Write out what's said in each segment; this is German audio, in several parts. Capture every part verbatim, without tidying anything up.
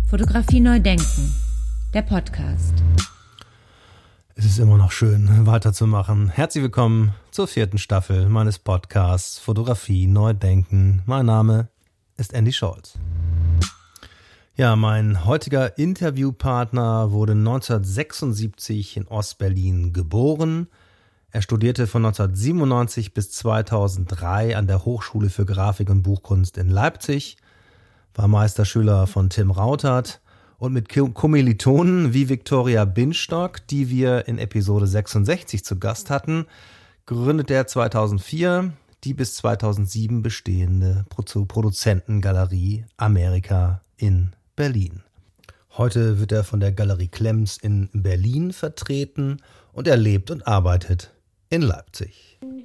Fotografie neu denken, der Podcast. Es ist immer noch schön, weiterzumachen. Herzlich willkommen zur vierten Staffel meines Podcasts Fotografie neu denken. Mein Name ist Andy Scholz. Ja, mein heutiger Interviewpartner wurde neunzehnhundertsechsundsiebzig in Ostberlin geboren. Er studierte von neunzehnhundertsiebenundneunzig bis zweitausenddrei an der Hochschule für Grafik und Buchkunst in Leipzig, war Meisterschüler von Tim Rautert und mit Kommilitonen wie Viktoria Binstock, die wir in Episode sechsundsechzig zu Gast hatten, gründete er zweitausendvier die bis zweitausendsieben bestehende Produzentengalerie Amerika in Berlin. Heute wird er von der Galerie Klemms in Berlin vertreten und er lebt und arbeitet in Leipzig.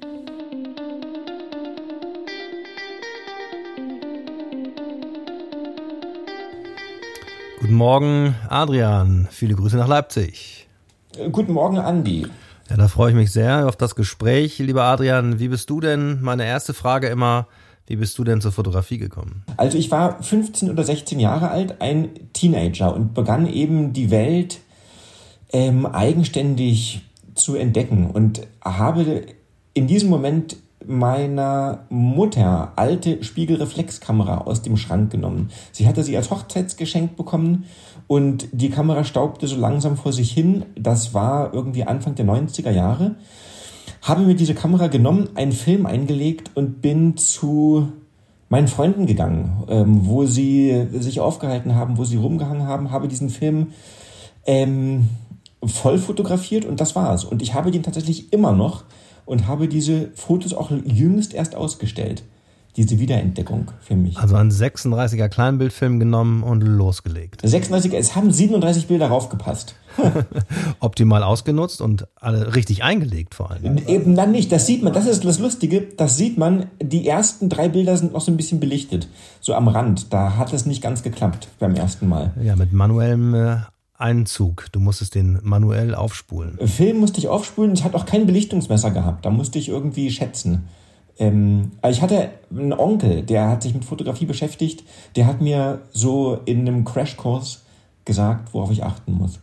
Guten Morgen, Adrian. Viele Grüße nach Leipzig. Guten Morgen, Andi. Ja, da freue ich mich sehr auf das Gespräch. Lieber Adrian, wie bist du denn? Meine erste Frage immer, wie bist du denn zur Fotografie gekommen? Also ich war fünfzehn oder sechzehn Jahre alt, ein Teenager und begann eben die Welt ähm, eigenständig zu entdecken und habe in diesem Moment meiner Mutter alte Spiegelreflexkamera aus dem Schrank genommen. Sie hatte sie als Hochzeitsgeschenk bekommen und die Kamera staubte so langsam vor sich hin. Das war irgendwie Anfang der neunziger Jahre. Habe mir diese Kamera genommen, einen Film eingelegt und bin zu meinen Freunden gegangen, ähm, wo sie sich aufgehalten haben, wo sie rumgehangen haben, habe diesen Film ähm, voll fotografiert und das war's. Und ich habe den tatsächlich immer noch und habe diese Fotos auch jüngst erst ausgestellt. Diese Wiederentdeckung für mich. Also einen sechsunddreißiger Kleinbildfilm genommen und losgelegt. sechsunddreißiger, es haben siebenunddreißig Bilder raufgepasst. Optimal ausgenutzt und alle richtig eingelegt vor allem. Eben dann nicht, das sieht man, das ist das Lustige, das sieht man, die ersten drei Bilder sind noch so ein bisschen belichtet, so am Rand, da hat es nicht ganz geklappt beim ersten Mal. Ja, mit manuellem äh, Einzug, du musstest den manuell aufspulen. Film musste ich aufspulen, ich hatte auch kein Belichtungsmesser gehabt, da musste ich irgendwie schätzen. Ähm, ich hatte einen Onkel, der hat sich mit Fotografie beschäftigt, der hat mir so in einem Crashkurs gesagt, worauf ich achten muss.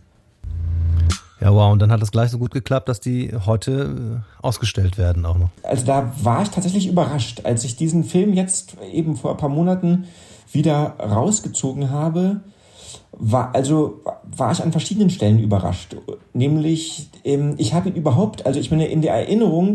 Ja, wow, und dann hat es gleich so gut geklappt, dass die heute äh, ausgestellt werden auch noch. Also da war ich tatsächlich überrascht, als ich diesen Film jetzt eben vor ein paar Monaten wieder rausgezogen habe, war, also war ich an verschiedenen Stellen überrascht. Nämlich, ähm, ich habe ihn überhaupt, also ich meine, in der Erinnerung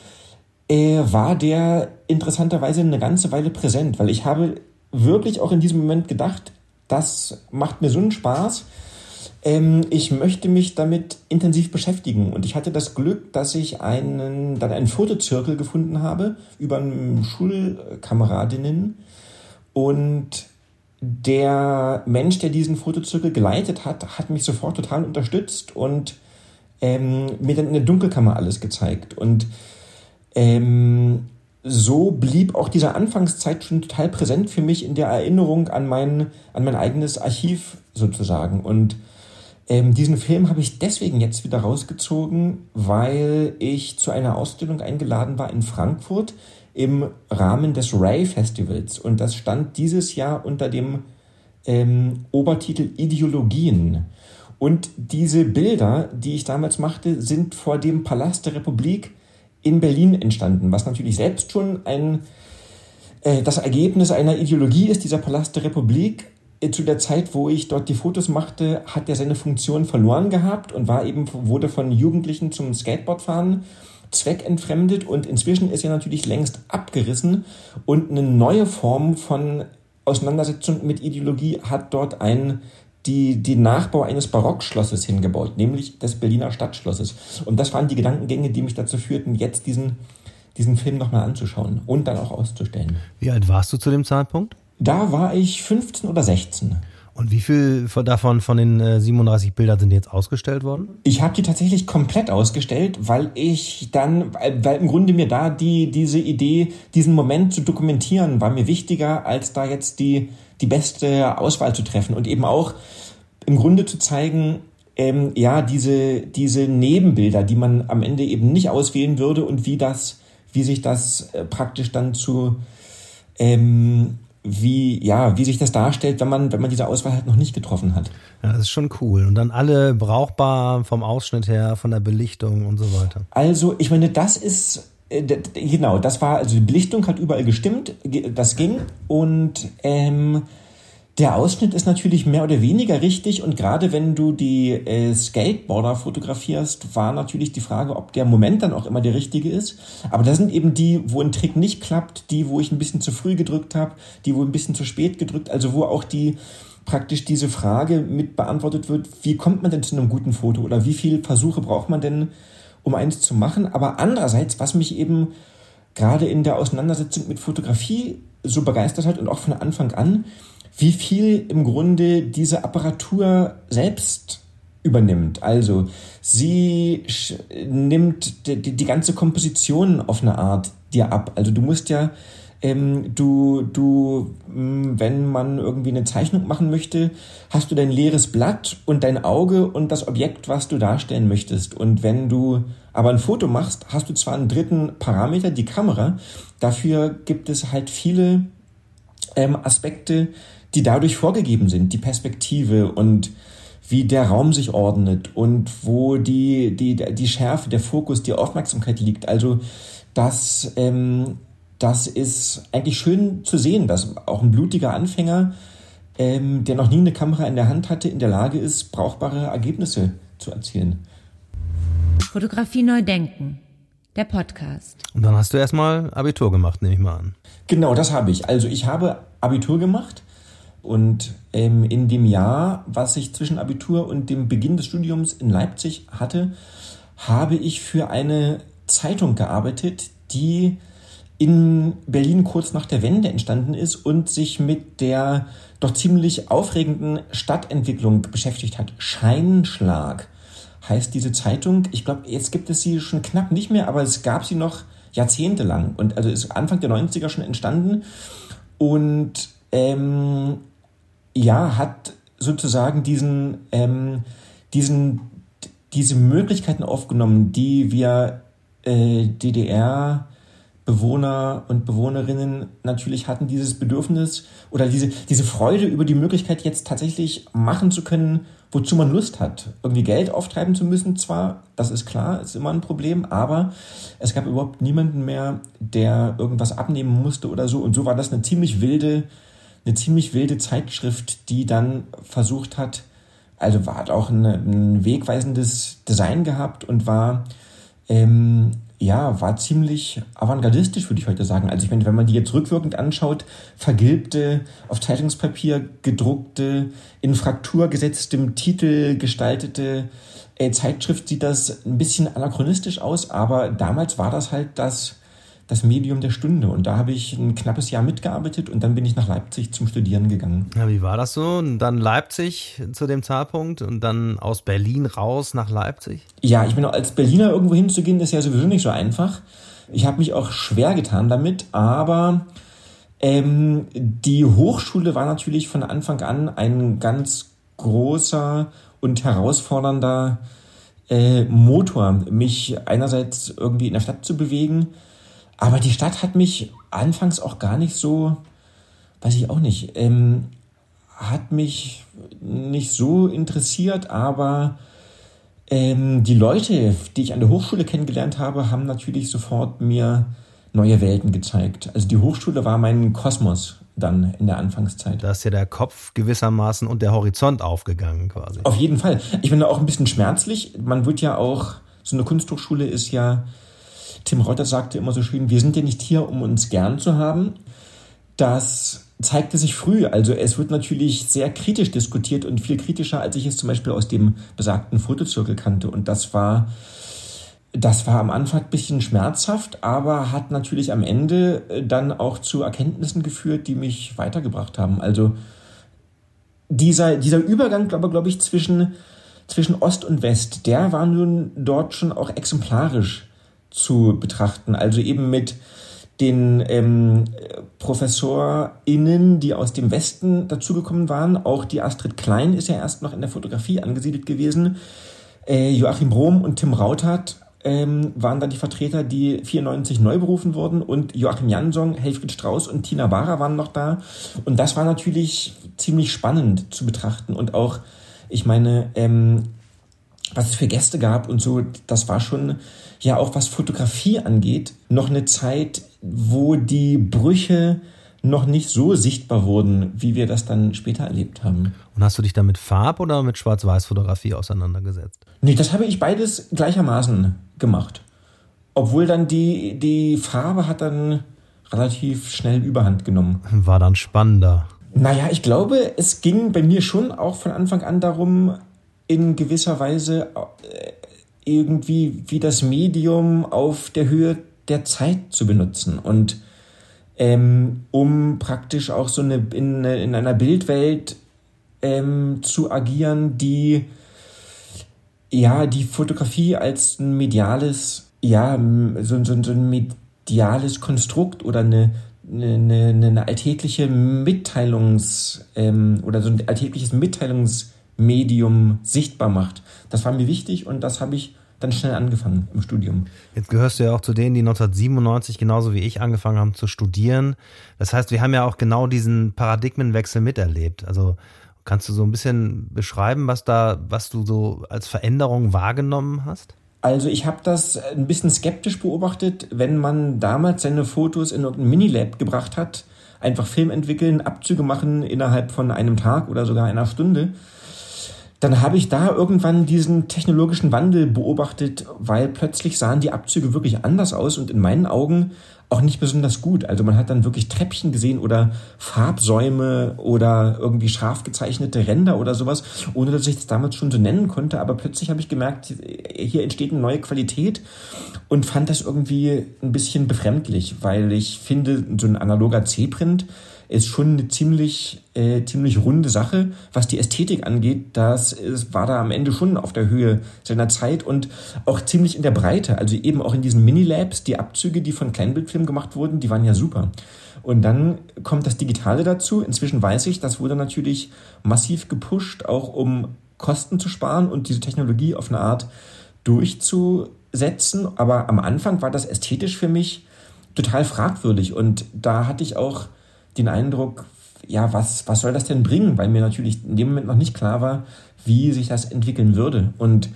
äh, war der interessanterweise eine ganze Weile präsent, weil ich habe wirklich auch in diesem Moment gedacht, das macht mir so einen Spaß, ähm, ich möchte mich damit intensiv beschäftigen. Und ich hatte das Glück, dass ich einen, dann einen Fotozirkel gefunden habe über einen Schulkameradinnen und der Mensch, der diesen Fotozirkel geleitet hat, hat mich sofort total unterstützt und ähm, mir dann in der Dunkelkammer alles gezeigt. Und ähm, so blieb auch diese Anfangszeit schon total präsent für mich in der Erinnerung an mein, an mein eigenes Archiv sozusagen. Und ähm, diesen Film habe ich deswegen jetzt wieder rausgezogen, weil ich zu einer Ausstellung eingeladen war in Frankfurt im Rahmen des Ray Festivals. Und das stand dieses Jahr unter dem ähm, Obertitel Ideologien. Und diese Bilder, die ich damals machte, sind vor dem Palast der Republik in Berlin entstanden, was natürlich selbst schon ein, äh, das Ergebnis einer Ideologie ist, dieser Palast der Republik. Äh, zu der Zeit, wo ich dort die Fotos machte, hat er seine Funktion verloren gehabt und war eben, wurde von Jugendlichen zum Skateboardfahren zweckentfremdet und inzwischen ist er natürlich längst abgerissen und eine neue Form von Auseinandersetzung mit Ideologie hat dort ein, die, die Nachbau eines Barockschlosses hingebaut, nämlich des Berliner Stadtschlosses. Und das waren die Gedankengänge, die mich dazu führten, jetzt diesen, diesen Film nochmal anzuschauen und dann auch auszustellen. Wie alt warst du zu dem Zeitpunkt? Da war ich fünfzehn oder sechzehn. Und wie viel davon von den äh, siebenunddreißig Bildern sind jetzt ausgestellt worden? Ich habe die tatsächlich komplett ausgestellt, weil ich dann, weil im Grunde mir da die diese Idee, diesen Moment zu dokumentieren, war mir wichtiger, als da jetzt die die beste Auswahl zu treffen und eben auch im Grunde zu zeigen, ähm, ja diese diese Nebenbilder, die man am Ende eben nicht auswählen würde und wie das, wie sich das äh, praktisch dann zu ähm, wie, ja, wie sich das darstellt, wenn man, wenn man diese Auswahl halt noch nicht getroffen hat. Ja, das ist schon cool. Und dann alle brauchbar vom Ausschnitt her, von der Belichtung und so weiter. Also, ich meine, das ist, äh, d- d- genau, das war, also die Belichtung hat überall gestimmt, ge- das ging. Und ähm, der Ausschnitt ist natürlich mehr oder weniger richtig. Und gerade wenn du die äh, Skateboarder fotografierst, war natürlich die Frage, ob der Moment dann auch immer der richtige ist. Aber das sind eben die, wo ein Trick nicht klappt, die, wo ich ein bisschen zu früh gedrückt habe, die, wo ein bisschen zu spät gedrückt, also wo auch die praktisch diese Frage mit beantwortet wird, wie kommt man denn zu einem guten Foto oder wie viele Versuche braucht man denn, um eins zu machen. Aber andererseits, was mich eben gerade in der Auseinandersetzung mit Fotografie so begeistert hat und auch von Anfang an, wie viel im Grunde diese Apparatur selbst übernimmt. Also sie sch- nimmt die, die ganze Komposition auf eine Art dir ab. Also du musst ja, ähm, du, du, mh, wenn man irgendwie eine Zeichnung machen möchte, hast du dein leeres Blatt und dein Auge und das Objekt, was du darstellen möchtest. Und wenn du aber ein Foto machst, hast du zwar einen dritten Parameter, die Kamera. Dafür gibt es halt viele ähm, Aspekte, die dadurch vorgegeben sind, die Perspektive und wie der Raum sich ordnet und wo die, die, die Schärfe, der Fokus, die Aufmerksamkeit liegt. Also das, ähm, das ist eigentlich schön zu sehen, dass auch ein blutiger Anfänger, ähm, der noch nie eine Kamera in der Hand hatte, in der Lage ist, brauchbare Ergebnisse zu erzielen. Fotografie neu denken, der Podcast. Und dann hast du erstmal Abitur gemacht, nehme ich mal an. Genau, das habe ich. Also ich habe Abitur gemacht. Und ähm, in dem Jahr, was ich zwischen Abitur und dem Beginn des Studiums in Leipzig hatte, habe ich für eine Zeitung gearbeitet, die in Berlin kurz nach der Wende entstanden ist und sich mit der doch ziemlich aufregenden Stadtentwicklung beschäftigt hat. Scheinschlag heißt diese Zeitung. Ich glaube, jetzt gibt es sie schon knapp nicht mehr, aber es gab sie noch jahrzehntelang. Und also ist Anfang der neunziger schon entstanden. Und ähm, ja, hat sozusagen diesen, ähm, diesen, diese Möglichkeiten aufgenommen, die wir äh, D D R-Bewohner und Bewohnerinnen natürlich hatten, dieses Bedürfnis oder diese, diese Freude über die Möglichkeit, jetzt tatsächlich machen zu können, wozu man Lust hat. Irgendwie Geld auftreiben zu müssen zwar, das ist klar, ist immer ein Problem, aber es gab überhaupt niemanden mehr, der irgendwas abnehmen musste oder so. Und so war das eine ziemlich wilde Eine ziemlich wilde Zeitschrift, die dann versucht hat, also war, hat auch eine, ein wegweisendes Design gehabt und war, ähm, ja, war ziemlich avantgardistisch, würde ich heute sagen. Also ich meine, wenn man die jetzt rückwirkend anschaut, vergilbte, auf Zeitungspapier gedruckte, in Fraktur gesetztem Titel gestaltete äh, Zeitschrift, sieht das ein bisschen anachronistisch aus, aber damals war das halt das das Medium der Stunde. Und da habe ich ein knappes Jahr mitgearbeitet und dann bin ich nach Leipzig zum Studieren gegangen. Ja, wie war das so? Und dann Leipzig zu dem Zeitpunkt und dann aus Berlin raus nach Leipzig? Ja, ich meine, als Berliner irgendwo hinzugehen, ist ja sowieso nicht so einfach. Ich habe mich auch schwer getan damit, aber ähm, die Hochschule war natürlich von Anfang an ein ganz großer und herausfordernder äh, Motor, mich einerseits irgendwie in der Stadt zu bewegen. Aber die Stadt hat mich anfangs auch gar nicht so, weiß ich auch nicht, ähm, hat mich nicht so interessiert, aber ähm, die Leute, die ich an der Hochschule kennengelernt habe, haben natürlich sofort mir neue Welten gezeigt. Also die Hochschule war mein Kosmos dann in der Anfangszeit. Da ist ja der Kopf gewissermaßen und der Horizont aufgegangen quasi. Auf jeden Fall. Ich bin da auch ein bisschen schmerzlich. Man wird ja auch, so eine Kunsthochschule ist ja, Tim Reuter sagte immer so schön, wir sind ja nicht hier, um uns gern zu haben. Das zeigte sich früh. Also es wird natürlich sehr kritisch diskutiert und viel kritischer, als ich es zum Beispiel aus dem besagten Fotozirkel kannte. Und das war, das war am Anfang ein bisschen schmerzhaft, aber hat natürlich am Ende dann auch zu Erkenntnissen geführt, die mich weitergebracht haben. Also dieser, dieser Übergang, glaube, glaube ich, zwischen, zwischen Ost und West, der war nun dort schon auch exemplarisch zu betrachten. Also eben mit den ähm, ProfessorInnen, die aus dem Westen dazugekommen waren. Auch die Astrid Klein ist ja erst noch in der Fotografie angesiedelt gewesen. Äh, Joachim Rohm und Tim Rautert ähm, waren dann die Vertreter, die vierundneunzig neu berufen wurden, und Joachim Jansson, Helfried Strauß und Tina Bahrer waren noch da. Und das war natürlich ziemlich spannend zu betrachten. Und auch, ich meine, ähm, was es für Gäste gab und so, das war schon, ja, auch was Fotografie angeht, noch eine Zeit, wo die Brüche noch nicht so sichtbar wurden, wie wir das dann später erlebt haben. Und hast du dich da mit Farb- oder mit Schwarz-Weiß-Fotografie auseinandergesetzt? Nee, das habe ich beides gleichermaßen gemacht. Obwohl dann die, die Farbe hat dann relativ schnell Überhand genommen. War dann spannender. Naja, ich glaube, es ging bei mir schon auch von Anfang an darum, in gewisser Weise irgendwie wie das Medium auf der Höhe der Zeit zu benutzen und ähm, um praktisch auch so eine in, in einer Bildwelt ähm, zu agieren, die ja die Fotografie als ein mediales, ja so, so, so ein mediales Konstrukt oder eine eine, eine alltägliche Mitteilungs ähm, oder so ein alltägliches Mitteilungsmedium sichtbar macht. Das war mir wichtig und das habe ich dann schnell angefangen im Studium. Jetzt gehörst du ja auch zu denen, die neunzehnhundertsiebenundneunzig genauso wie ich angefangen haben zu studieren. Das heißt, wir haben ja auch genau diesen Paradigmenwechsel miterlebt. Also kannst du so ein bisschen beschreiben, was da, was du so als Veränderung wahrgenommen hast? Also ich habe das ein bisschen skeptisch beobachtet, wenn man damals seine Fotos in irgendein Minilab gebracht hat, einfach Film entwickeln, Abzüge machen innerhalb von einem Tag oder sogar einer Stunde. Dann habe ich da irgendwann diesen technologischen Wandel beobachtet, weil plötzlich sahen die Abzüge wirklich anders aus und in meinen Augen auch nicht besonders gut. Also man hat dann wirklich Treppchen gesehen oder Farbsäume oder irgendwie scharf gezeichnete Ränder oder sowas, ohne dass ich das damals schon so nennen konnte. Aber plötzlich habe ich gemerkt, hier entsteht eine neue Qualität und fand das irgendwie ein bisschen befremdlich, weil ich finde, so ein analoger C-Print ist schon eine ziemlich, äh, ziemlich runde Sache, was die Ästhetik angeht. Das ist, war da am Ende schon auf der Höhe seiner Zeit und auch ziemlich in der Breite. Also eben auch in diesen Minilabs, die Abzüge, die von Kleinbildfilmen gemacht wurden, die waren ja super. Und dann kommt das Digitale dazu. Inzwischen weiß ich, das wurde natürlich massiv gepusht, auch um Kosten zu sparen und diese Technologie auf eine Art durchzusetzen. Aber am Anfang war das ästhetisch für mich total fragwürdig und da hatte ich auch den Eindruck, ja, was, was soll das denn bringen? Weil mir natürlich in dem Moment noch nicht klar war, wie sich das entwickeln würde. Und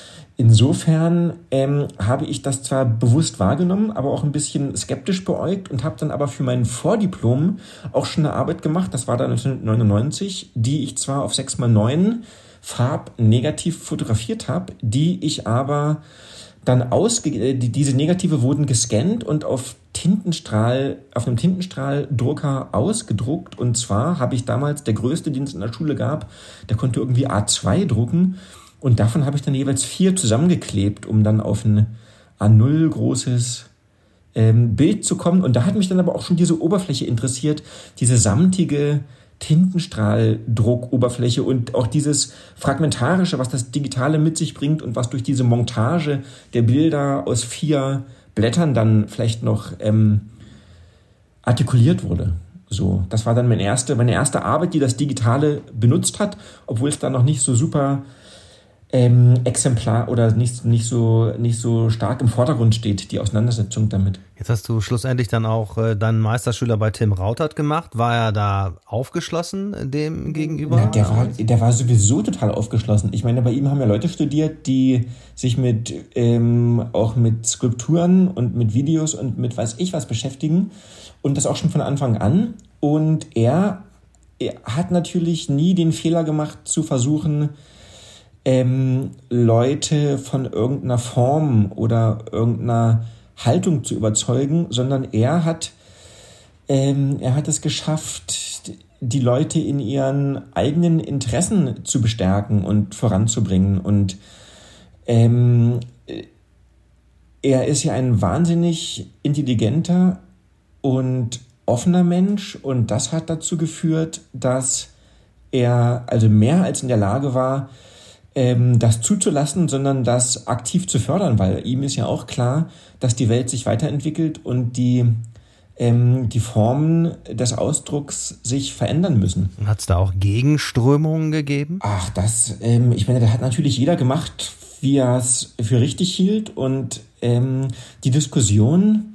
insofern ähm, habe ich das zwar bewusst wahrgenommen, aber auch ein bisschen skeptisch beäugt und habe dann aber für mein Vordiplom auch schon eine Arbeit gemacht, das war dann neunzehnhundertneunundneunzig, die ich zwar auf sechs mal neun farbnegativ fotografiert habe, die ich aber dann ausge... Die, diese Negative wurden gescannt und auf Tintenstrahl, auf einem Tintenstrahldrucker ausgedruckt. Und zwar habe ich damals, der größte, den es in der Schule gab, der konnte irgendwie A zwei drucken. Und davon habe ich dann jeweils vier zusammengeklebt, um dann auf ein A null großes ähm, Bild zu kommen. Und da hat mich dann aber auch schon diese Oberfläche interessiert, diese samtige Tintenstrahldruckoberfläche und auch dieses Fragmentarische, was das Digitale mit sich bringt und was durch diese Montage der Bilder aus vier Blättern dann vielleicht noch ähm, artikuliert wurde. So, das war dann meine erste, meine erste Arbeit, die das Digitale benutzt hat, obwohl es da noch nicht so super ähm, exemplar oder nicht, nicht, so, nicht so stark im Vordergrund steht, die Auseinandersetzung damit. Jetzt hast du schlussendlich dann auch äh, deinen Meisterschüler bei Tim Rautert gemacht. War er da aufgeschlossen dem gegenüber? Na, der, war, der war sowieso total aufgeschlossen. Ich meine, bei ihm haben ja Leute studiert, die sich mit ähm, auch mit Skulpturen und mit Videos und mit weiß ich was beschäftigen und das auch schon von Anfang an. Und er, er hat natürlich nie den Fehler gemacht, zu versuchen, ähm, Leute von irgendeiner Form oder irgendeiner Haltung zu überzeugen, sondern er hat, ähm, er hat es geschafft, die Leute in ihren eigenen Interessen zu bestärken und voranzubringen. Und ähm, er ist ja ein wahnsinnig intelligenter und offener Mensch und das hat dazu geführt, dass er also mehr als in der Lage war, ähm, das zuzulassen, sondern das aktiv zu fördern, weil ihm ist ja auch klar, dass die Welt sich weiterentwickelt und die, ähm, die Formen des Ausdrucks sich verändern müssen. Hat es da auch Gegenströmungen gegeben? Ach, das, ähm, ich meine, da hat natürlich jeder gemacht, wie er es für richtig hielt. Und ähm, die Diskussion,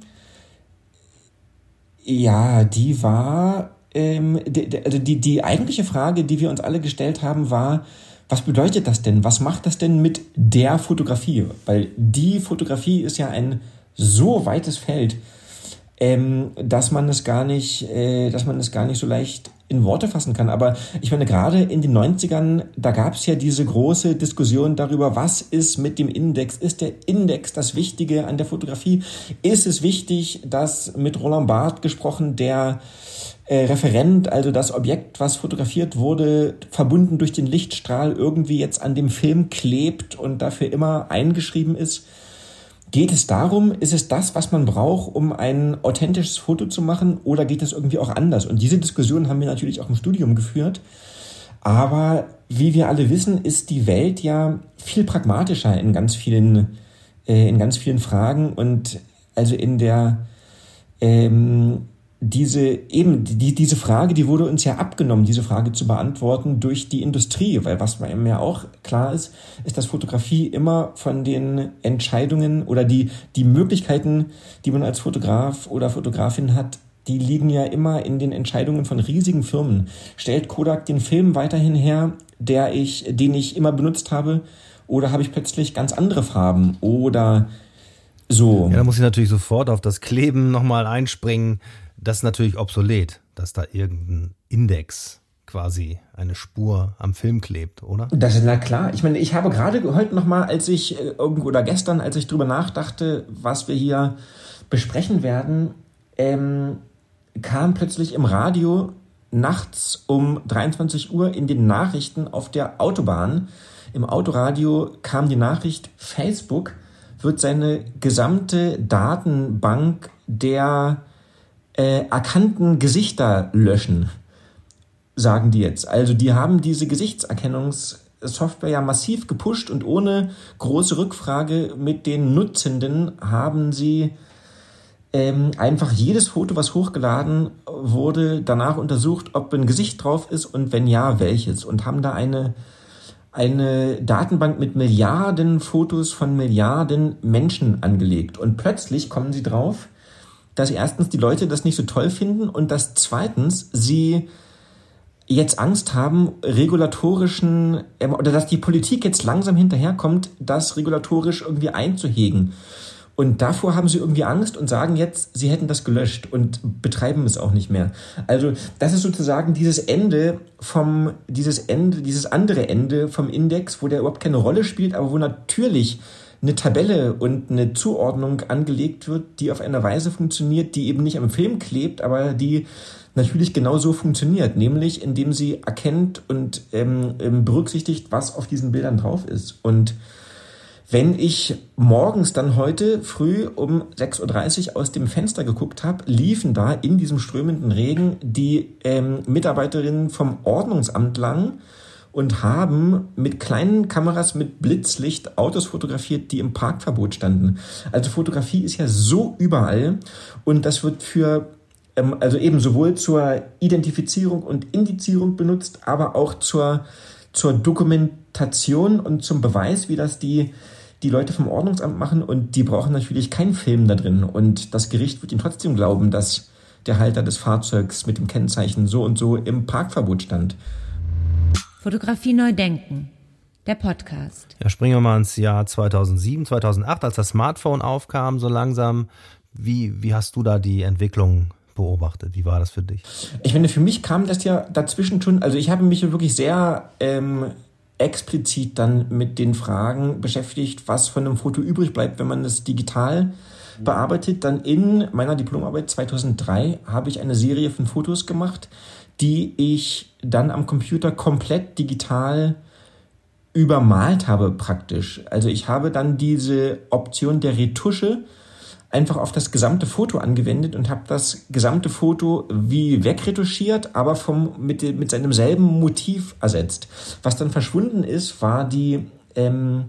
ja, die war, ähm, die, also die, die eigentliche Frage, die wir uns alle gestellt haben, war, was bedeutet das denn? Was macht das denn mit der Fotografie? Weil die Fotografie ist ja ein so weites Feld, ähm, dass man es gar nicht, äh, dass man es gar nicht so leicht in Worte fassen kann. Aber ich meine, gerade in den neunzigern, da gab es ja diese große Diskussion darüber, was ist mit dem Index? Ist der Index das Wichtige an der Fotografie? Ist es wichtig, dass mit Roland Barthes gesprochen, der äh, Referent, also das Objekt, was fotografiert wurde, verbunden durch den Lichtstrahl, irgendwie jetzt an dem Film klebt und dafür immer eingeschrieben ist? Geht es darum, ist es das, was man braucht, um ein authentisches Foto zu machen, oder geht es irgendwie auch anders? Und diese Diskussion haben wir natürlich auch im Studium geführt. Aber wie wir alle wissen, ist die Welt ja viel pragmatischer in ganz vielen, äh, in ganz vielen Fragen. Und also in der, ähm, diese, eben, die, diese Frage, die wurde uns ja abgenommen, diese Frage zu beantworten durch die Industrie. Weil was mir ja auch klar ist, ist, dass Fotografie immer von den Entscheidungen oder die, die Möglichkeiten, die man als Fotograf oder Fotografin hat, die liegen ja immer in den Entscheidungen von riesigen Firmen. Stellt Kodak den Film weiterhin her, der ich, den ich immer benutzt habe, oder habe ich plötzlich ganz andere Farben oder so? Ja, da muss ich natürlich sofort auf das Kleben nochmal einspringen. Das ist natürlich obsolet, dass da irgendein Index quasi eine Spur am Film klebt, oder? Das ist na klar. Ich meine, ich habe gerade heute nochmal, als ich äh, irgendwo oder gestern, als ich drüber nachdachte, was wir hier besprechen werden, ähm, kam plötzlich im Radio nachts um dreiundzwanzig Uhr in den Nachrichten auf der Autobahn, im Autoradio kam die Nachricht, Facebook wird seine gesamte Datenbank der Äh, erkannten Gesichter löschen, sagen die jetzt. Also die haben diese Gesichtserkennungssoftware ja massiv gepusht und ohne große Rückfrage mit den Nutzenden haben sie ähm, einfach jedes Foto, was hochgeladen wurde, danach untersucht, ob ein Gesicht drauf ist und wenn ja, welches. Und haben da eine, eine Datenbank mit Milliarden Fotos von Milliarden Menschen angelegt. Und plötzlich kommen sie drauf, dass erstens die Leute das nicht so toll finden und dass zweitens sie jetzt Angst haben, regulatorischen, oder dass die Politik jetzt langsam hinterherkommt, das regulatorisch irgendwie einzuhegen. Und davor haben sie irgendwie Angst und sagen jetzt, sie hätten das gelöscht und betreiben es auch nicht mehr. Also das ist sozusagen dieses Ende vom, dieses Ende, dieses andere Ende vom Index, wo der überhaupt keine Rolle spielt, aber wo natürlich eine Tabelle und eine Zuordnung angelegt wird, die auf eine Weise funktioniert, die eben nicht am Film klebt, aber die natürlich genau so funktioniert, nämlich indem sie erkennt und ähm, berücksichtigt, was auf diesen Bildern drauf ist. Und wenn ich morgens dann heute früh um sechs Uhr dreißig aus dem Fenster geguckt habe, liefen da in diesem strömenden Regen die ähm, Mitarbeiterinnen vom Ordnungsamt lang und haben mit kleinen Kameras mit Blitzlicht Autos fotografiert, die im Parkverbot standen. Also Fotografie ist ja so überall und das wird für, ähm, also eben sowohl zur Identifizierung und Indizierung benutzt, aber auch zur, zur Dokumentation und zum Beweis, wie das die, die Leute vom Ordnungsamt machen, und die brauchen natürlich keinen Film da drin. Und das Gericht wird ihnen trotzdem glauben, dass der Halter des Fahrzeugs mit dem Kennzeichen so und so im Parkverbot stand. Fotografie neu denken, der Podcast. Ja, springen wir mal ins Jahr zweitausendsieben, zweitausendacht, als das Smartphone aufkam, so langsam. Wie, wie hast du da die Entwicklung beobachtet? Wie war das für dich? Ich meine, für mich kam das ja dazwischen schon, also ich habe mich wirklich sehr ähm, explizit dann mit den Fragen beschäftigt, was von einem Foto übrig bleibt, wenn man es digital bearbeitet. Dann in meiner Diplomarbeit zweitausenddrei habe ich eine Serie von Fotos gemacht, die ich dann am Computer komplett digital übermalt habe praktisch. Also ich habe dann diese Option der Retusche einfach auf das gesamte Foto angewendet und habe das gesamte Foto wie wegretuschiert, aber vom, mit, mit seinem selben Motiv ersetzt. Was dann verschwunden ist, war die, ähm,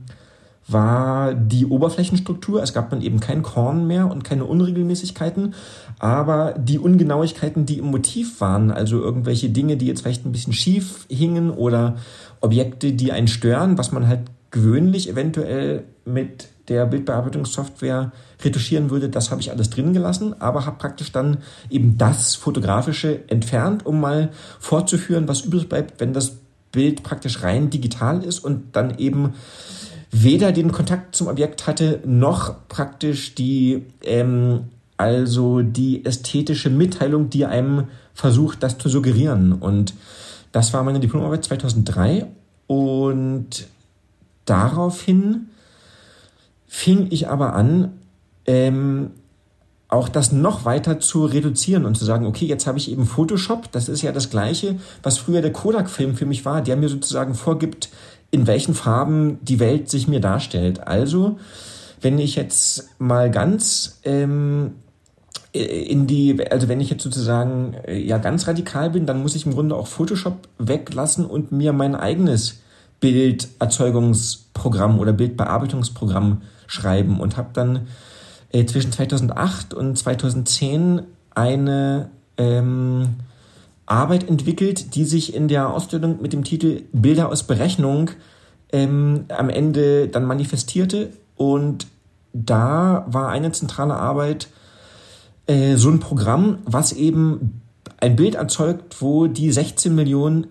war die Oberflächenstruktur. Es gab dann eben kein Korn mehr und keine Unregelmäßigkeiten, aber die Ungenauigkeiten, die im Motiv waren, also irgendwelche Dinge, die jetzt vielleicht ein bisschen schief hingen oder Objekte, die einen stören, was man halt gewöhnlich eventuell mit der Bildbearbeitungssoftware retuschieren würde, das habe ich alles drin gelassen, aber habe praktisch dann eben das Fotografische entfernt, um mal fortzuführen, was übrig bleibt, wenn das Bild praktisch rein digital ist und dann eben weder den Kontakt zum Objekt hatte, noch praktisch die, ähm, also die ästhetische Mitteilung, die einem versucht, das zu suggerieren. Und das war meine Diplomarbeit zweitausenddrei und daraufhin fing ich aber an, ähm, auch das noch weiter zu reduzieren und zu sagen, okay, jetzt habe ich eben Photoshop, das ist ja das Gleiche, was früher der Kodak-Film für mich war, der mir sozusagen vorgibt, in welchen Farben die Welt sich mir darstellt. Also, wenn ich jetzt mal ganz ähm, in die, also wenn ich jetzt sozusagen ja ganz radikal bin, dann muss ich im Grunde auch Photoshop weglassen und mir mein eigenes Bilderzeugungsprogramm oder Bildbearbeitungsprogramm schreiben und habe dann äh, zwischen zweitausendacht und zweitausendzehn eine ähm, Arbeit entwickelt, die sich in der Ausstellung mit dem Titel Bilder aus Berechnung ähm, am Ende dann manifestierte. Und da war eine zentrale Arbeit äh, so ein Programm, was eben ein Bild erzeugt, wo die sechzehn Millionen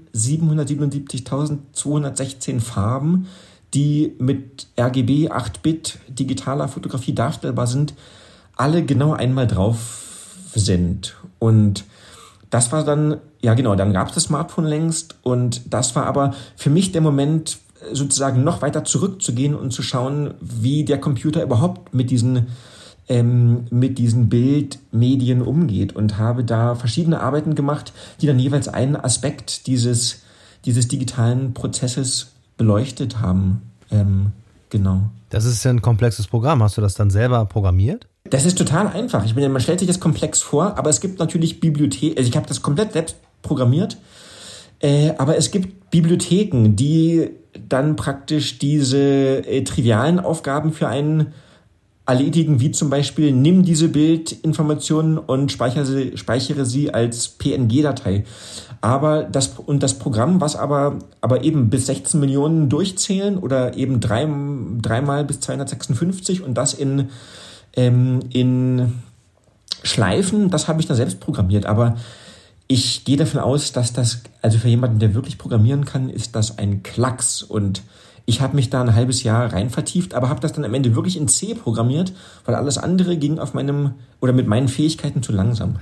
siebenhundertsiebenundsiebzigtausendzweihundertsechzehn Farben, die mit R G B acht Bit digitaler Fotografie darstellbar sind, alle genau einmal drauf sind. Und das war dann, ja genau, dann gab es das Smartphone längst und das war aber für mich der Moment, sozusagen noch weiter zurückzugehen und zu schauen, wie der Computer überhaupt mit diesen ähm, mit diesen Bildmedien umgeht und habe da verschiedene Arbeiten gemacht, die dann jeweils einen Aspekt dieses, dieses digitalen Prozesses beleuchtet haben. Ähm, genau. Das ist ja ein komplexes Programm. Hast du das dann selber programmiert? Das ist total einfach. Ich meine, man stellt sich das komplex vor, aber es gibt natürlich Bibliotheken, also ich habe das komplett selbst programmiert, äh, aber es gibt Bibliotheken, die dann praktisch diese äh, trivialen Aufgaben für einen erledigen, wie zum Beispiel, nimm diese Bildinformationen und speichere sie, speichere sie als P N G-Datei. Aber das, und das Programm, was aber, aber eben bis sechzehn Millionen durchzählen oder eben drei, dreimal bis zweihundertsechsundfünfzig und das in, ähm, in Schleifen, das habe ich da selbst programmiert. Aber ich gehe davon aus, dass das, also für jemanden, der wirklich programmieren kann, ist das ein Klacks. Und ich habe mich da ein halbes Jahr rein vertieft, aber habe das dann am Ende wirklich in C programmiert, weil alles andere ging auf meinem oder mit meinen Fähigkeiten zu langsam.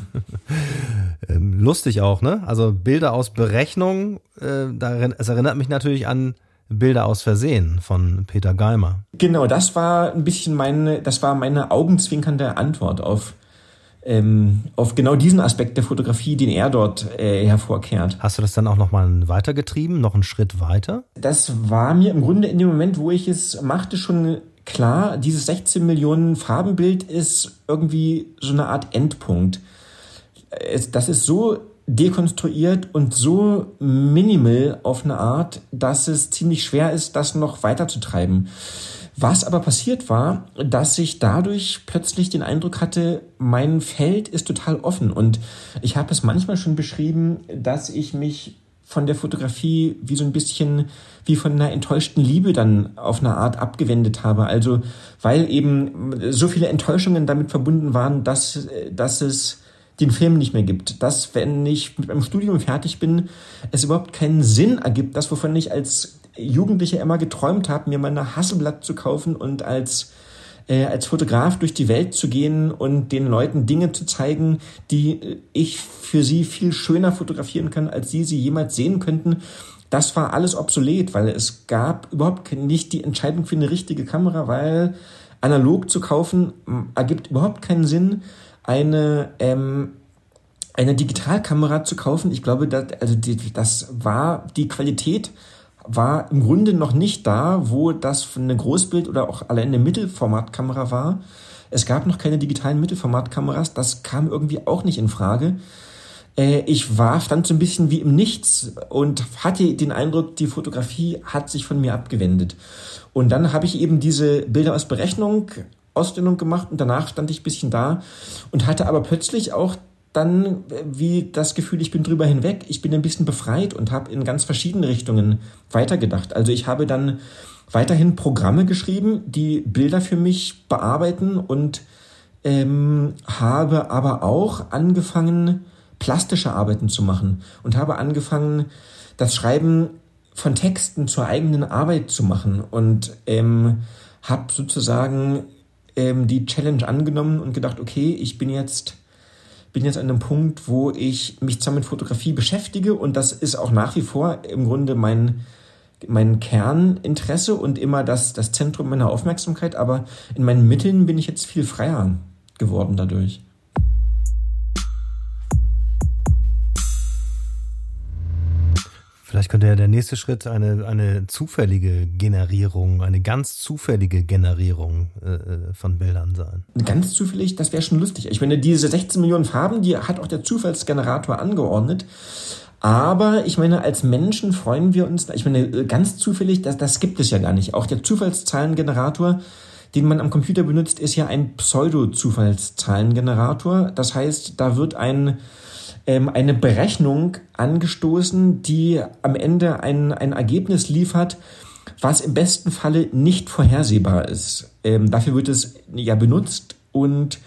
Lustig auch, ne? Also Bilder aus Berechnung, äh, darin, es erinnert mich natürlich an Bilder aus Versehen von Peter Geimer. Genau, das war ein bisschen meine, das war meine augenzwinkernde Antwort auf Ähm, auf genau diesen Aspekt der Fotografie, den er dort äh, hervorkehrt. Hast du das dann auch nochmal weitergetrieben, noch einen Schritt weiter? Das war mir im Grunde in dem Moment, wo ich es machte, schon klar, dieses sechzehn Millionen Farbenbild ist irgendwie so eine Art Endpunkt. Es, das ist so dekonstruiert und so minimal auf eine Art, dass es ziemlich schwer ist, das noch weiterzutreiben. Was aber passiert war, dass ich dadurch plötzlich den Eindruck hatte, mein Feld ist total offen. Und ich habe es manchmal schon beschrieben, dass ich mich von der Fotografie wie so ein bisschen wie von einer enttäuschten Liebe dann auf eine Art abgewendet habe. Also weil eben so viele Enttäuschungen damit verbunden waren, dass, dass es den Film nicht mehr gibt. Dass, wenn ich mit meinem Studium fertig bin, es überhaupt keinen Sinn ergibt, das, wovon ich als Jugendlicher immer geträumt habe, mir mal ein Hasselblatt zu kaufen und als, äh, als Fotograf durch die Welt zu gehen und den Leuten Dinge zu zeigen, die ich für sie viel schöner fotografieren kann, als sie sie jemals sehen könnten. Das war alles obsolet, weil es gab überhaupt nicht die Entscheidung für eine richtige Kamera, weil analog zu kaufen ergibt überhaupt keinen Sinn. Eine, ähm, eine Digitalkamera zu kaufen, ich glaube, das, also die, das war die Qualität, war im Grunde noch nicht da, wo das eine Großbild- oder auch allein eine Mittelformatkamera war. Es gab noch keine digitalen Mittelformatkameras, das kam irgendwie auch nicht in Frage. Äh, ich war, stand so ein bisschen wie im Nichts und hatte den Eindruck, die Fotografie hat sich von mir abgewendet. Und dann habe ich eben diese Bilder aus Berechnung, Ausstellung gemacht und danach stand ich ein bisschen da und hatte aber plötzlich auch dann wie das Gefühl, ich bin drüber hinweg, ich bin ein bisschen befreit und habe in ganz verschiedene Richtungen weitergedacht. Also ich habe dann weiterhin Programme geschrieben, die Bilder für mich bearbeiten und ähm, habe aber auch angefangen, plastische Arbeiten zu machen und habe angefangen, das Schreiben von Texten zur eigenen Arbeit zu machen und ähm, habe sozusagen ähm, die Challenge angenommen und gedacht, okay, ich bin jetzt bin jetzt an einem Punkt, wo ich mich zwar mit Fotografie beschäftige und das ist auch nach wie vor im Grunde mein mein Kerninteresse und immer das, das Zentrum meiner Aufmerksamkeit, aber in meinen Mitteln bin ich jetzt viel freier geworden dadurch. Vielleicht könnte ja der nächste Schritt eine, eine zufällige Generierung, eine ganz zufällige Generierung äh, von Bildern sein. Ganz zufällig, das wäre schon lustig. Ich meine, diese sechzehn Millionen Farben, die hat auch der Zufallsgenerator angeordnet. Aber ich meine, als Menschen freuen wir uns, ich meine, ganz zufällig, das, das gibt es ja gar nicht. Auch der Zufallszahlengenerator, den man am Computer benutzt, ist ja ein Pseudo-Zufallszahlengenerator. Das heißt, da wird ein, ähm, eine Berechnung angestoßen, die am Ende ein, ein Ergebnis liefert, was im besten Falle nicht vorhersehbar ist. Ähm, dafür wird es ja benutzt und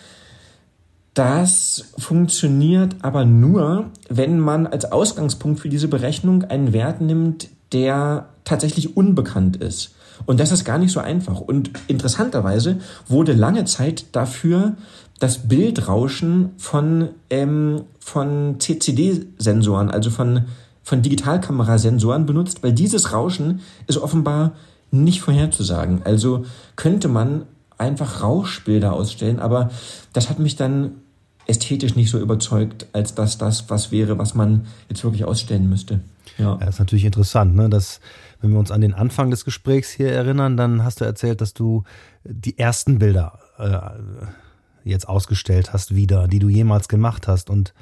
das funktioniert aber nur, wenn man als Ausgangspunkt für diese Berechnung einen Wert nimmt, der tatsächlich unbekannt ist. Und das ist gar nicht so einfach. Und interessanterweise wurde lange Zeit dafür das Bildrauschen von, ähm, von C C D-Sensoren, also von, von Digitalkamerasensoren benutzt, weil dieses Rauschen ist offenbar nicht vorherzusagen. Also könnte man einfach Rauschbilder ausstellen, aber das hat mich dann ästhetisch nicht so überzeugt, als dass das was wäre, was man jetzt wirklich ausstellen müsste. Ja, ja, das ist natürlich interessant, ne? Dass, wenn wir uns an den Anfang des Gesprächs hier erinnern, dann hast du erzählt, dass du die ersten Bilder äh, jetzt ausgestellt hast wieder, die du jemals gemacht hast und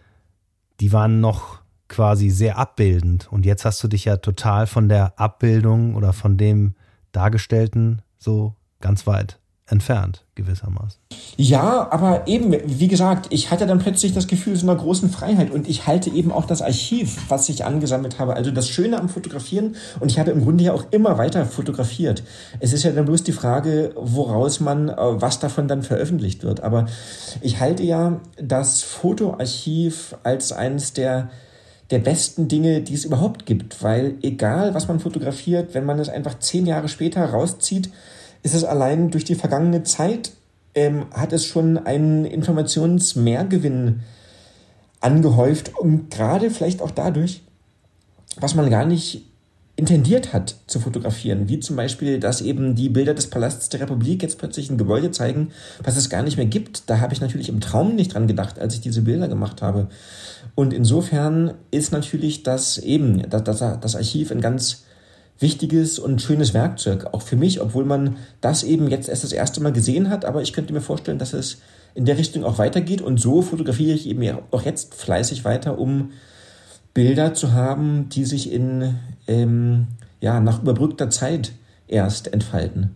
die waren noch quasi sehr abbildend und jetzt hast du dich ja total von der Abbildung oder von dem Dargestellten so ganz weit entfernt, gewissermaßen. Ja, aber eben, wie gesagt, ich hatte dann plötzlich das Gefühl so einer großen Freiheit und ich halte eben auch das Archiv, was ich angesammelt habe, also das Schöne am Fotografieren und ich habe im Grunde ja auch immer weiter fotografiert. Es ist ja dann bloß die Frage, woraus man, was davon dann veröffentlicht wird, aber ich halte ja das Fotoarchiv als eines der der besten Dinge, die es überhaupt gibt, weil egal, was man fotografiert, wenn man es einfach zehn Jahre später rauszieht, ist es allein durch die vergangene Zeit, ähm, hat es schon einen Informationsmehrgewinn angehäuft und gerade vielleicht auch dadurch, was man gar nicht intendiert hat zu fotografieren, wie zum Beispiel, dass eben die Bilder des Palasts der Republik jetzt plötzlich ein Gebäude zeigen, was es gar nicht mehr gibt. Da habe ich natürlich im Traum nicht dran gedacht, als ich diese Bilder gemacht habe. Und insofern ist natürlich das eben, das, das, das Archiv ein ganz wichtiges und schönes Werkzeug, auch für mich, obwohl man das eben jetzt erst das erste Mal gesehen hat, aber ich könnte mir vorstellen, dass es in der Richtung auch weitergeht und so fotografiere ich eben auch jetzt fleißig weiter, um Bilder zu haben, die sich in ähm, ja, nach überbrückter Zeit erst entfalten.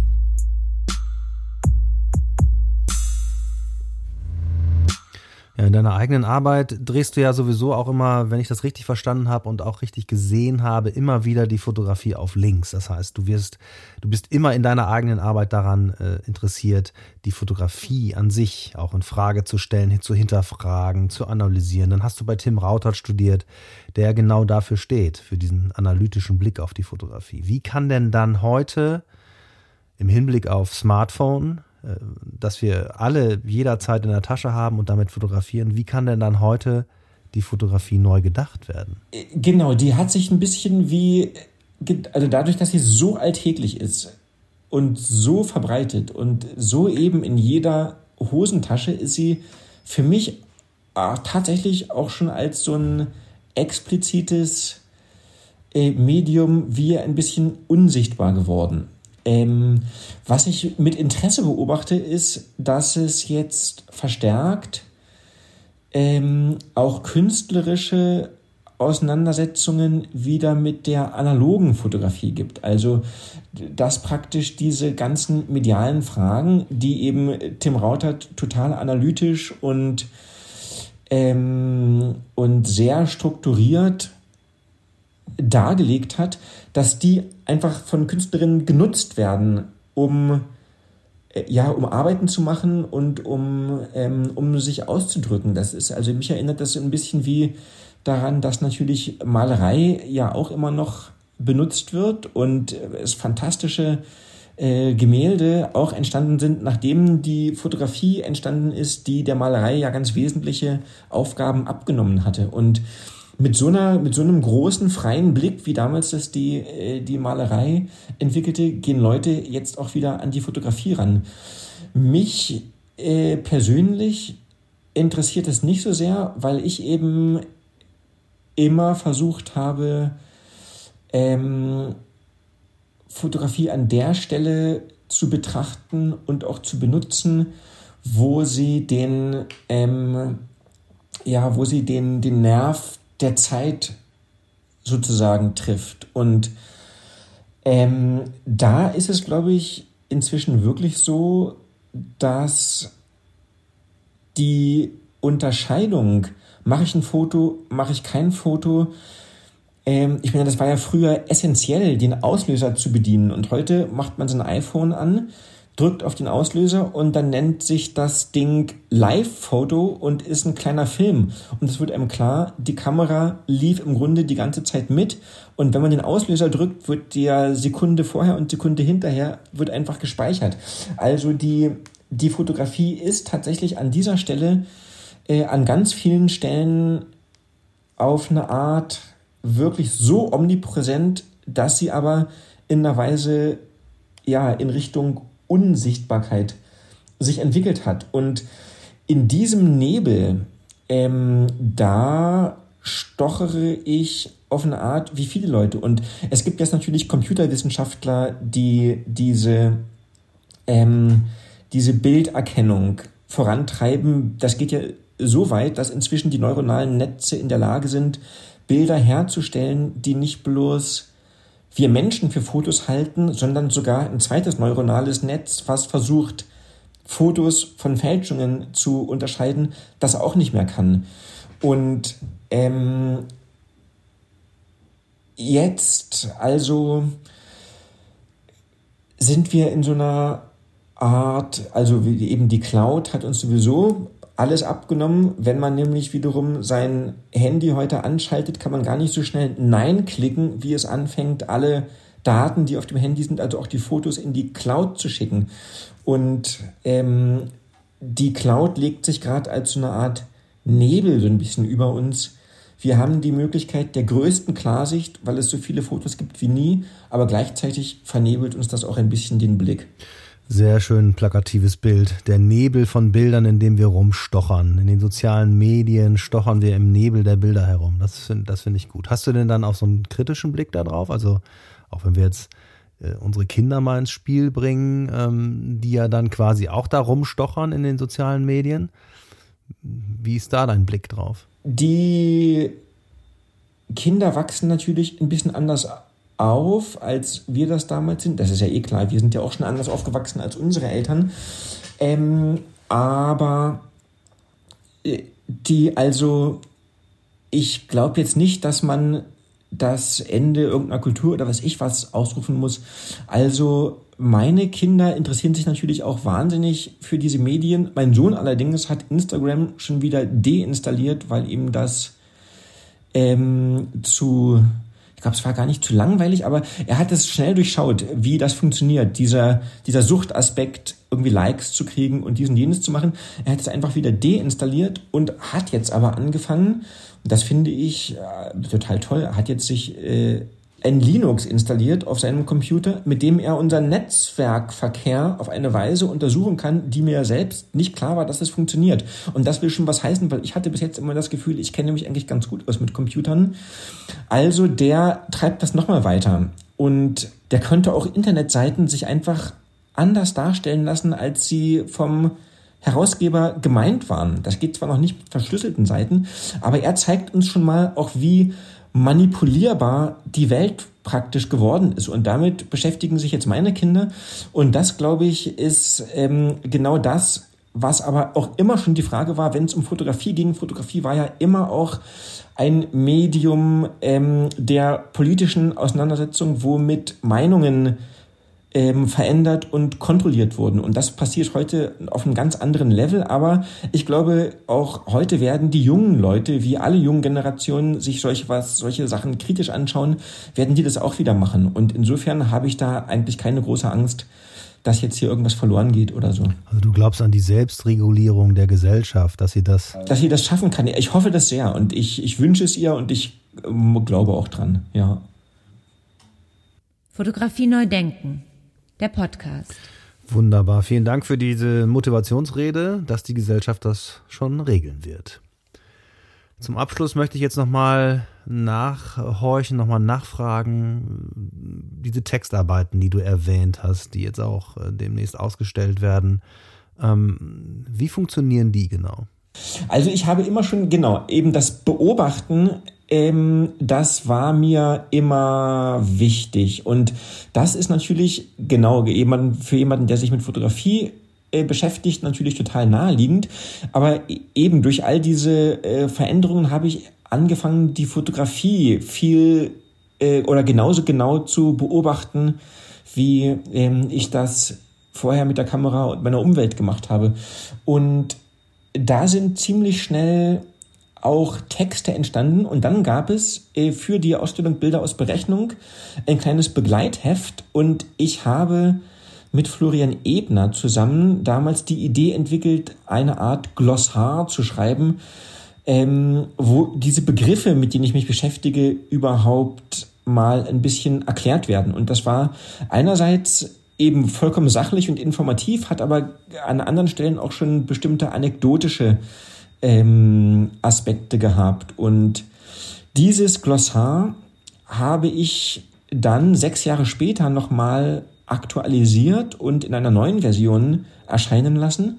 Ja, in deiner eigenen Arbeit drehst du ja sowieso auch immer, wenn ich das richtig verstanden habe und auch richtig gesehen habe, immer wieder die Fotografie auf links. Das heißt, du wirst, du bist immer in deiner eigenen Arbeit daran äh, interessiert, die Fotografie an sich auch in Frage zu stellen, zu hinterfragen, zu analysieren. Dann hast du bei Tim Rautert studiert, der genau dafür steht, für diesen analytischen Blick auf die Fotografie. Wie kann denn dann heute im Hinblick auf Smartphone, dass wir alle jederzeit in der Tasche haben und damit fotografieren, wie kann denn dann heute die Fotografie neu gedacht werden? Genau, die hat sich ein bisschen wie, also dadurch, dass sie so alltäglich ist und so verbreitet und so eben in jeder Hosentasche, ist sie für mich tatsächlich auch schon als so ein explizites Medium wie ein bisschen unsichtbar geworden. Ähm, was ich mit Interesse beobachte, ist, dass es jetzt verstärkt ähm, auch künstlerische Auseinandersetzungen wieder mit der analogen Fotografie gibt. Also, dass praktisch diese ganzen medialen Fragen, die eben Tim Rautert total analytisch und ähm, und sehr strukturiert dargelegt hat, dass die einfach von Künstlerinnen genutzt werden, um, äh, ja, um Arbeiten zu machen und um, ähm, um sich auszudrücken. Das ist, also mich erinnert das so ein bisschen wie daran, dass natürlich Malerei ja auch immer noch benutzt wird und es fantastische äh, Gemälde auch entstanden sind, nachdem die Fotografie entstanden ist, die der Malerei ja ganz wesentliche Aufgaben abgenommen hatte. Und mit so einer, mit so einem großen freien Blick, wie damals das die, äh, die Malerei entwickelte, gehen Leute jetzt auch wieder an die Fotografie ran. Mich äh, persönlich interessiert es nicht so sehr, weil ich eben immer versucht habe, ähm, Fotografie an der Stelle zu betrachten und auch zu benutzen, wo sie den, ähm, ja, wo sie den, den Nerv der Zeit sozusagen trifft. Und ähm, da ist es, glaube ich, inzwischen wirklich so, dass die Unterscheidung, mache ich ein Foto, mache ich kein Foto, ähm, ich meine, das war ja früher essentiell, den Auslöser zu bedienen. Und heute macht man sein iPhone an, drückt auf den Auslöser und dann nennt sich das Ding Live-Foto und ist ein kleiner Film. Und es wird einem klar, die Kamera lief im Grunde die ganze Zeit mit. Und wenn man den Auslöser drückt, wird der Sekunde vorher und Sekunde hinterher wird einfach gespeichert. Also die, die Fotografie ist tatsächlich an dieser Stelle, äh, an ganz vielen Stellen auf eine Art wirklich so omnipräsent, dass sie aber in einer Weise ja in Richtung Unsichtbarkeit sich entwickelt hat. Und in diesem Nebel, ähm, da stochere ich auf eine Art wie viele Leute. Und es gibt jetzt natürlich Computerwissenschaftler, die diese, ähm, diese Bilderkennung vorantreiben. Das geht ja so weit, dass inzwischen die neuronalen Netze in der Lage sind, Bilder herzustellen, die nicht bloß wir Menschen für Fotos halten, sondern sogar ein zweites neuronales Netz, was versucht, Fotos von Fälschungen zu unterscheiden, das auch nicht mehr kann. Und ähm, jetzt also sind wir in so einer Art, also wie eben die Cloud hat uns sowieso alles abgenommen. Wenn man nämlich wiederum sein Handy heute anschaltet, kann man gar nicht so schnell Nein klicken, wie es anfängt, alle Daten, die auf dem Handy sind, also auch die Fotos in die Cloud zu schicken. Und ähm, die Cloud legt sich gerade als so eine Art Nebel so ein bisschen über uns. Wir haben die Möglichkeit der größten Klarsicht, weil es so viele Fotos gibt wie nie, aber gleichzeitig vernebelt uns das auch ein bisschen den Blick. Sehr schön plakatives Bild. Der Nebel von Bildern, in dem wir rumstochern. In den sozialen Medien stochern wir im Nebel der Bilder herum. Das finde das find ich gut. Hast du denn dann auch so einen kritischen Blick da drauf? Also auch wenn wir jetzt äh, unsere Kinder mal ins Spiel bringen, ähm, die ja dann quasi auch da rumstochern in den sozialen Medien. Wie ist da dein Blick drauf? Die Kinder wachsen natürlich ein bisschen anders auf, als wir das damals sind. Das ist ja eh klar, wir sind ja auch schon anders aufgewachsen als unsere Eltern. Ähm, aber die, also ich glaube jetzt nicht, dass man das Ende irgendeiner Kultur oder was ich was ausrufen muss. Also meine Kinder interessieren sich natürlich auch wahnsinnig für diese Medien. Mein Sohn allerdings hat Instagram schon wieder deinstalliert, weil ihm das ähm, zu... Ich glaube, es war gar nicht zu langweilig, aber er hat es schnell durchschaut, wie das funktioniert, dieser, dieser Suchtaspekt, irgendwie Likes zu kriegen und dies und jenes zu machen. Er hat es einfach wieder deinstalliert und hat jetzt aber angefangen, und das finde ich äh, total toll, er hat jetzt sich äh, ein Linux installiert auf seinem Computer, mit dem er unseren Netzwerkverkehr auf eine Weise untersuchen kann, die mir selbst nicht klar war, dass es funktioniert. Und das will schon was heißen, weil ich hatte bis jetzt immer das Gefühl, ich kenne mich eigentlich ganz gut aus mit Computern. Also der treibt das nochmal weiter. Und der könnte auch Internetseiten sich einfach anders darstellen lassen, als sie vom Herausgeber gemeint waren. Das geht zwar noch nicht mit verschlüsselten Seiten, aber er zeigt uns schon mal auch, wie manipulierbar die Welt praktisch geworden ist. Und damit beschäftigen sich jetzt meine Kinder. Und das, glaube ich, ist ähm, genau das, was aber auch immer schon die Frage war, wenn es um Fotografie ging. Fotografie war ja immer auch ein Medium ähm, der politischen Auseinandersetzung, wo mit Meinungen ähm, verändert und kontrolliert wurden. Und das passiert heute auf einem ganz anderen Level. Aber ich glaube, auch heute werden die jungen Leute, wie alle jungen Generationen, sich solche, was, solche Sachen kritisch anschauen, werden die das auch wieder machen. Und insofern habe ich da eigentlich keine große Angst, dass jetzt hier irgendwas verloren geht oder so. Also du glaubst an die Selbstregulierung der Gesellschaft, dass sie das... Dass sie das schaffen kann. Ich hoffe das sehr und ich, ich wünsche es ihr und ich ähm, glaube auch dran, ja. Fotografie neu denken, der Podcast. Wunderbar, vielen Dank für diese Motivationsrede, dass die Gesellschaft das schon regeln wird. Zum Abschluss möchte ich jetzt nochmal nachhorchen, nochmal nachfragen, diese Textarbeiten, die du erwähnt hast, die jetzt auch demnächst ausgestellt werden. Ähm, wie funktionieren die genau? Also ich habe immer schon, genau, eben das Beobachten, ähm, das war mir immer wichtig. Und das ist natürlich, genau, jemand, für jemanden, der sich mit Fotografie beschäftigt, natürlich total naheliegend. Aber eben durch all diese äh, Veränderungen habe ich angefangen, die Fotografie viel äh, oder genauso genau zu beobachten, wie ähm, ich das vorher mit der Kamera und meiner Umwelt gemacht habe. Und da sind ziemlich schnell auch Texte entstanden. Und dann gab es äh, für die Ausstellung Bilder aus Berechnung ein kleines Begleitheft. Und ich habe mit Florian Ebner zusammen damals die Idee entwickelt, eine Art Glossar zu schreiben, ähm, wo diese Begriffe, mit denen ich mich beschäftige, überhaupt mal ein bisschen erklärt werden. Und das war einerseits eben vollkommen sachlich und informativ, hat aber an anderen Stellen auch schon bestimmte anekdotische ähm, Aspekte gehabt. Und dieses Glossar habe ich dann sechs Jahre später nochmal aktualisiert und in einer neuen Version erscheinen lassen.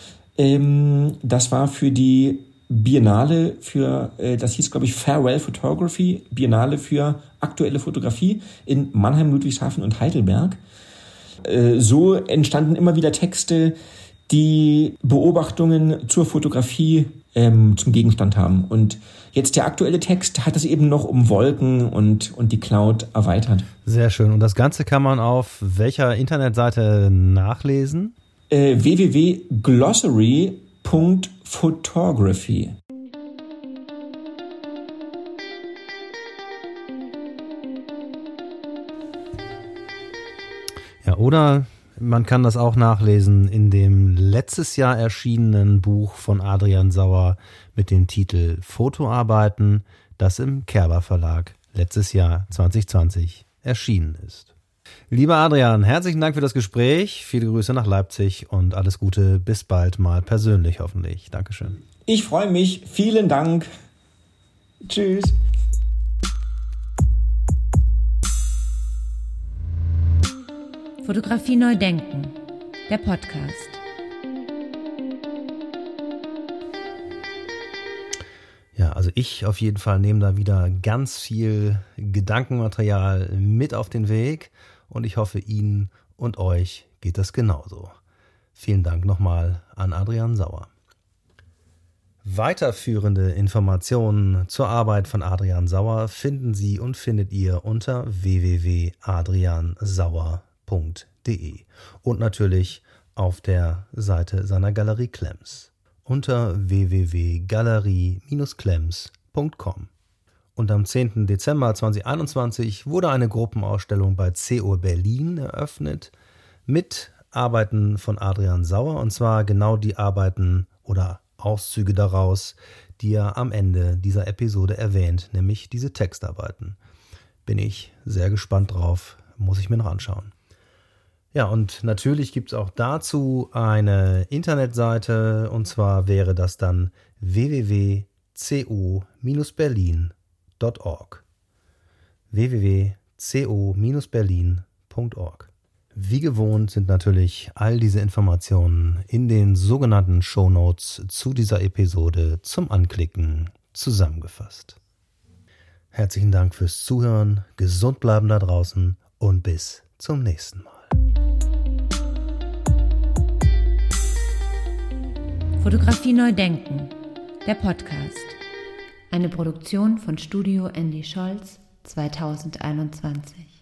Ähm, das war für die Biennale für, äh, das hieß glaube ich Farewell Photography, Biennale für aktuelle Fotografie in Mannheim, Ludwigshafen und Heidelberg. Äh, so entstanden immer wieder Texte, die Beobachtungen zur Fotografie ähm, zum Gegenstand haben. Und jetzt der aktuelle Text hat es eben noch um Wolken und, und die Cloud erweitert. Sehr schön. Und das Ganze kann man auf welcher Internetseite nachlesen? Äh, w w w punkt glossary punkt photography. Ja, oder man kann das auch nachlesen in dem letztes Jahr erschienenen Buch von Adrian Sauer mit dem Titel Fotoarbeiten, das im Kerber Verlag letztes Jahr zwanzig zwanzig erschienen ist. Lieber Adrian, herzlichen Dank für das Gespräch, viele Grüße nach Leipzig und alles Gute, bis bald mal persönlich hoffentlich. Dankeschön. Ich freue mich, vielen Dank. Tschüss. Fotografie neu denken, der Podcast. Ja, also ich auf jeden Fall nehme da wieder ganz viel Gedankenmaterial mit auf den Weg und ich hoffe, Ihnen und euch geht das genauso. Vielen Dank nochmal an Adrian Sauer. Weiterführende Informationen zur Arbeit von Adrian Sauer finden Sie und findet ihr unter w w w punkt adrian sauer punkt de und natürlich auf der Seite seiner Galerie Klemms unter w w w punkt galerie Bindestrich klemms punkt com. Und am zehnten Dezember zweitausendeinundzwanzig wurde eine Gruppenausstellung bei C O Berlin eröffnet mit Arbeiten von Adrian Sauer, und zwar genau die Arbeiten oder Auszüge daraus, die er am Ende dieser Episode erwähnt, nämlich diese Textarbeiten. Bin ich sehr gespannt drauf, muss ich mir noch anschauen. Ja, und natürlich gibt es auch dazu eine Internetseite, und zwar wäre das dann w w w punkt c o berlin punkt org. w w w punkt c o berlin punkt org. Wie gewohnt sind natürlich all diese Informationen in den sogenannten Shownotes zu dieser Episode zum Anklicken zusammengefasst. Herzlichen Dank fürs Zuhören, gesund bleiben da draußen und bis zum nächsten Mal. Fotografie neu denken, der Podcast. Eine Produktion von Studio Andy Scholz zweitausendeinundzwanzig.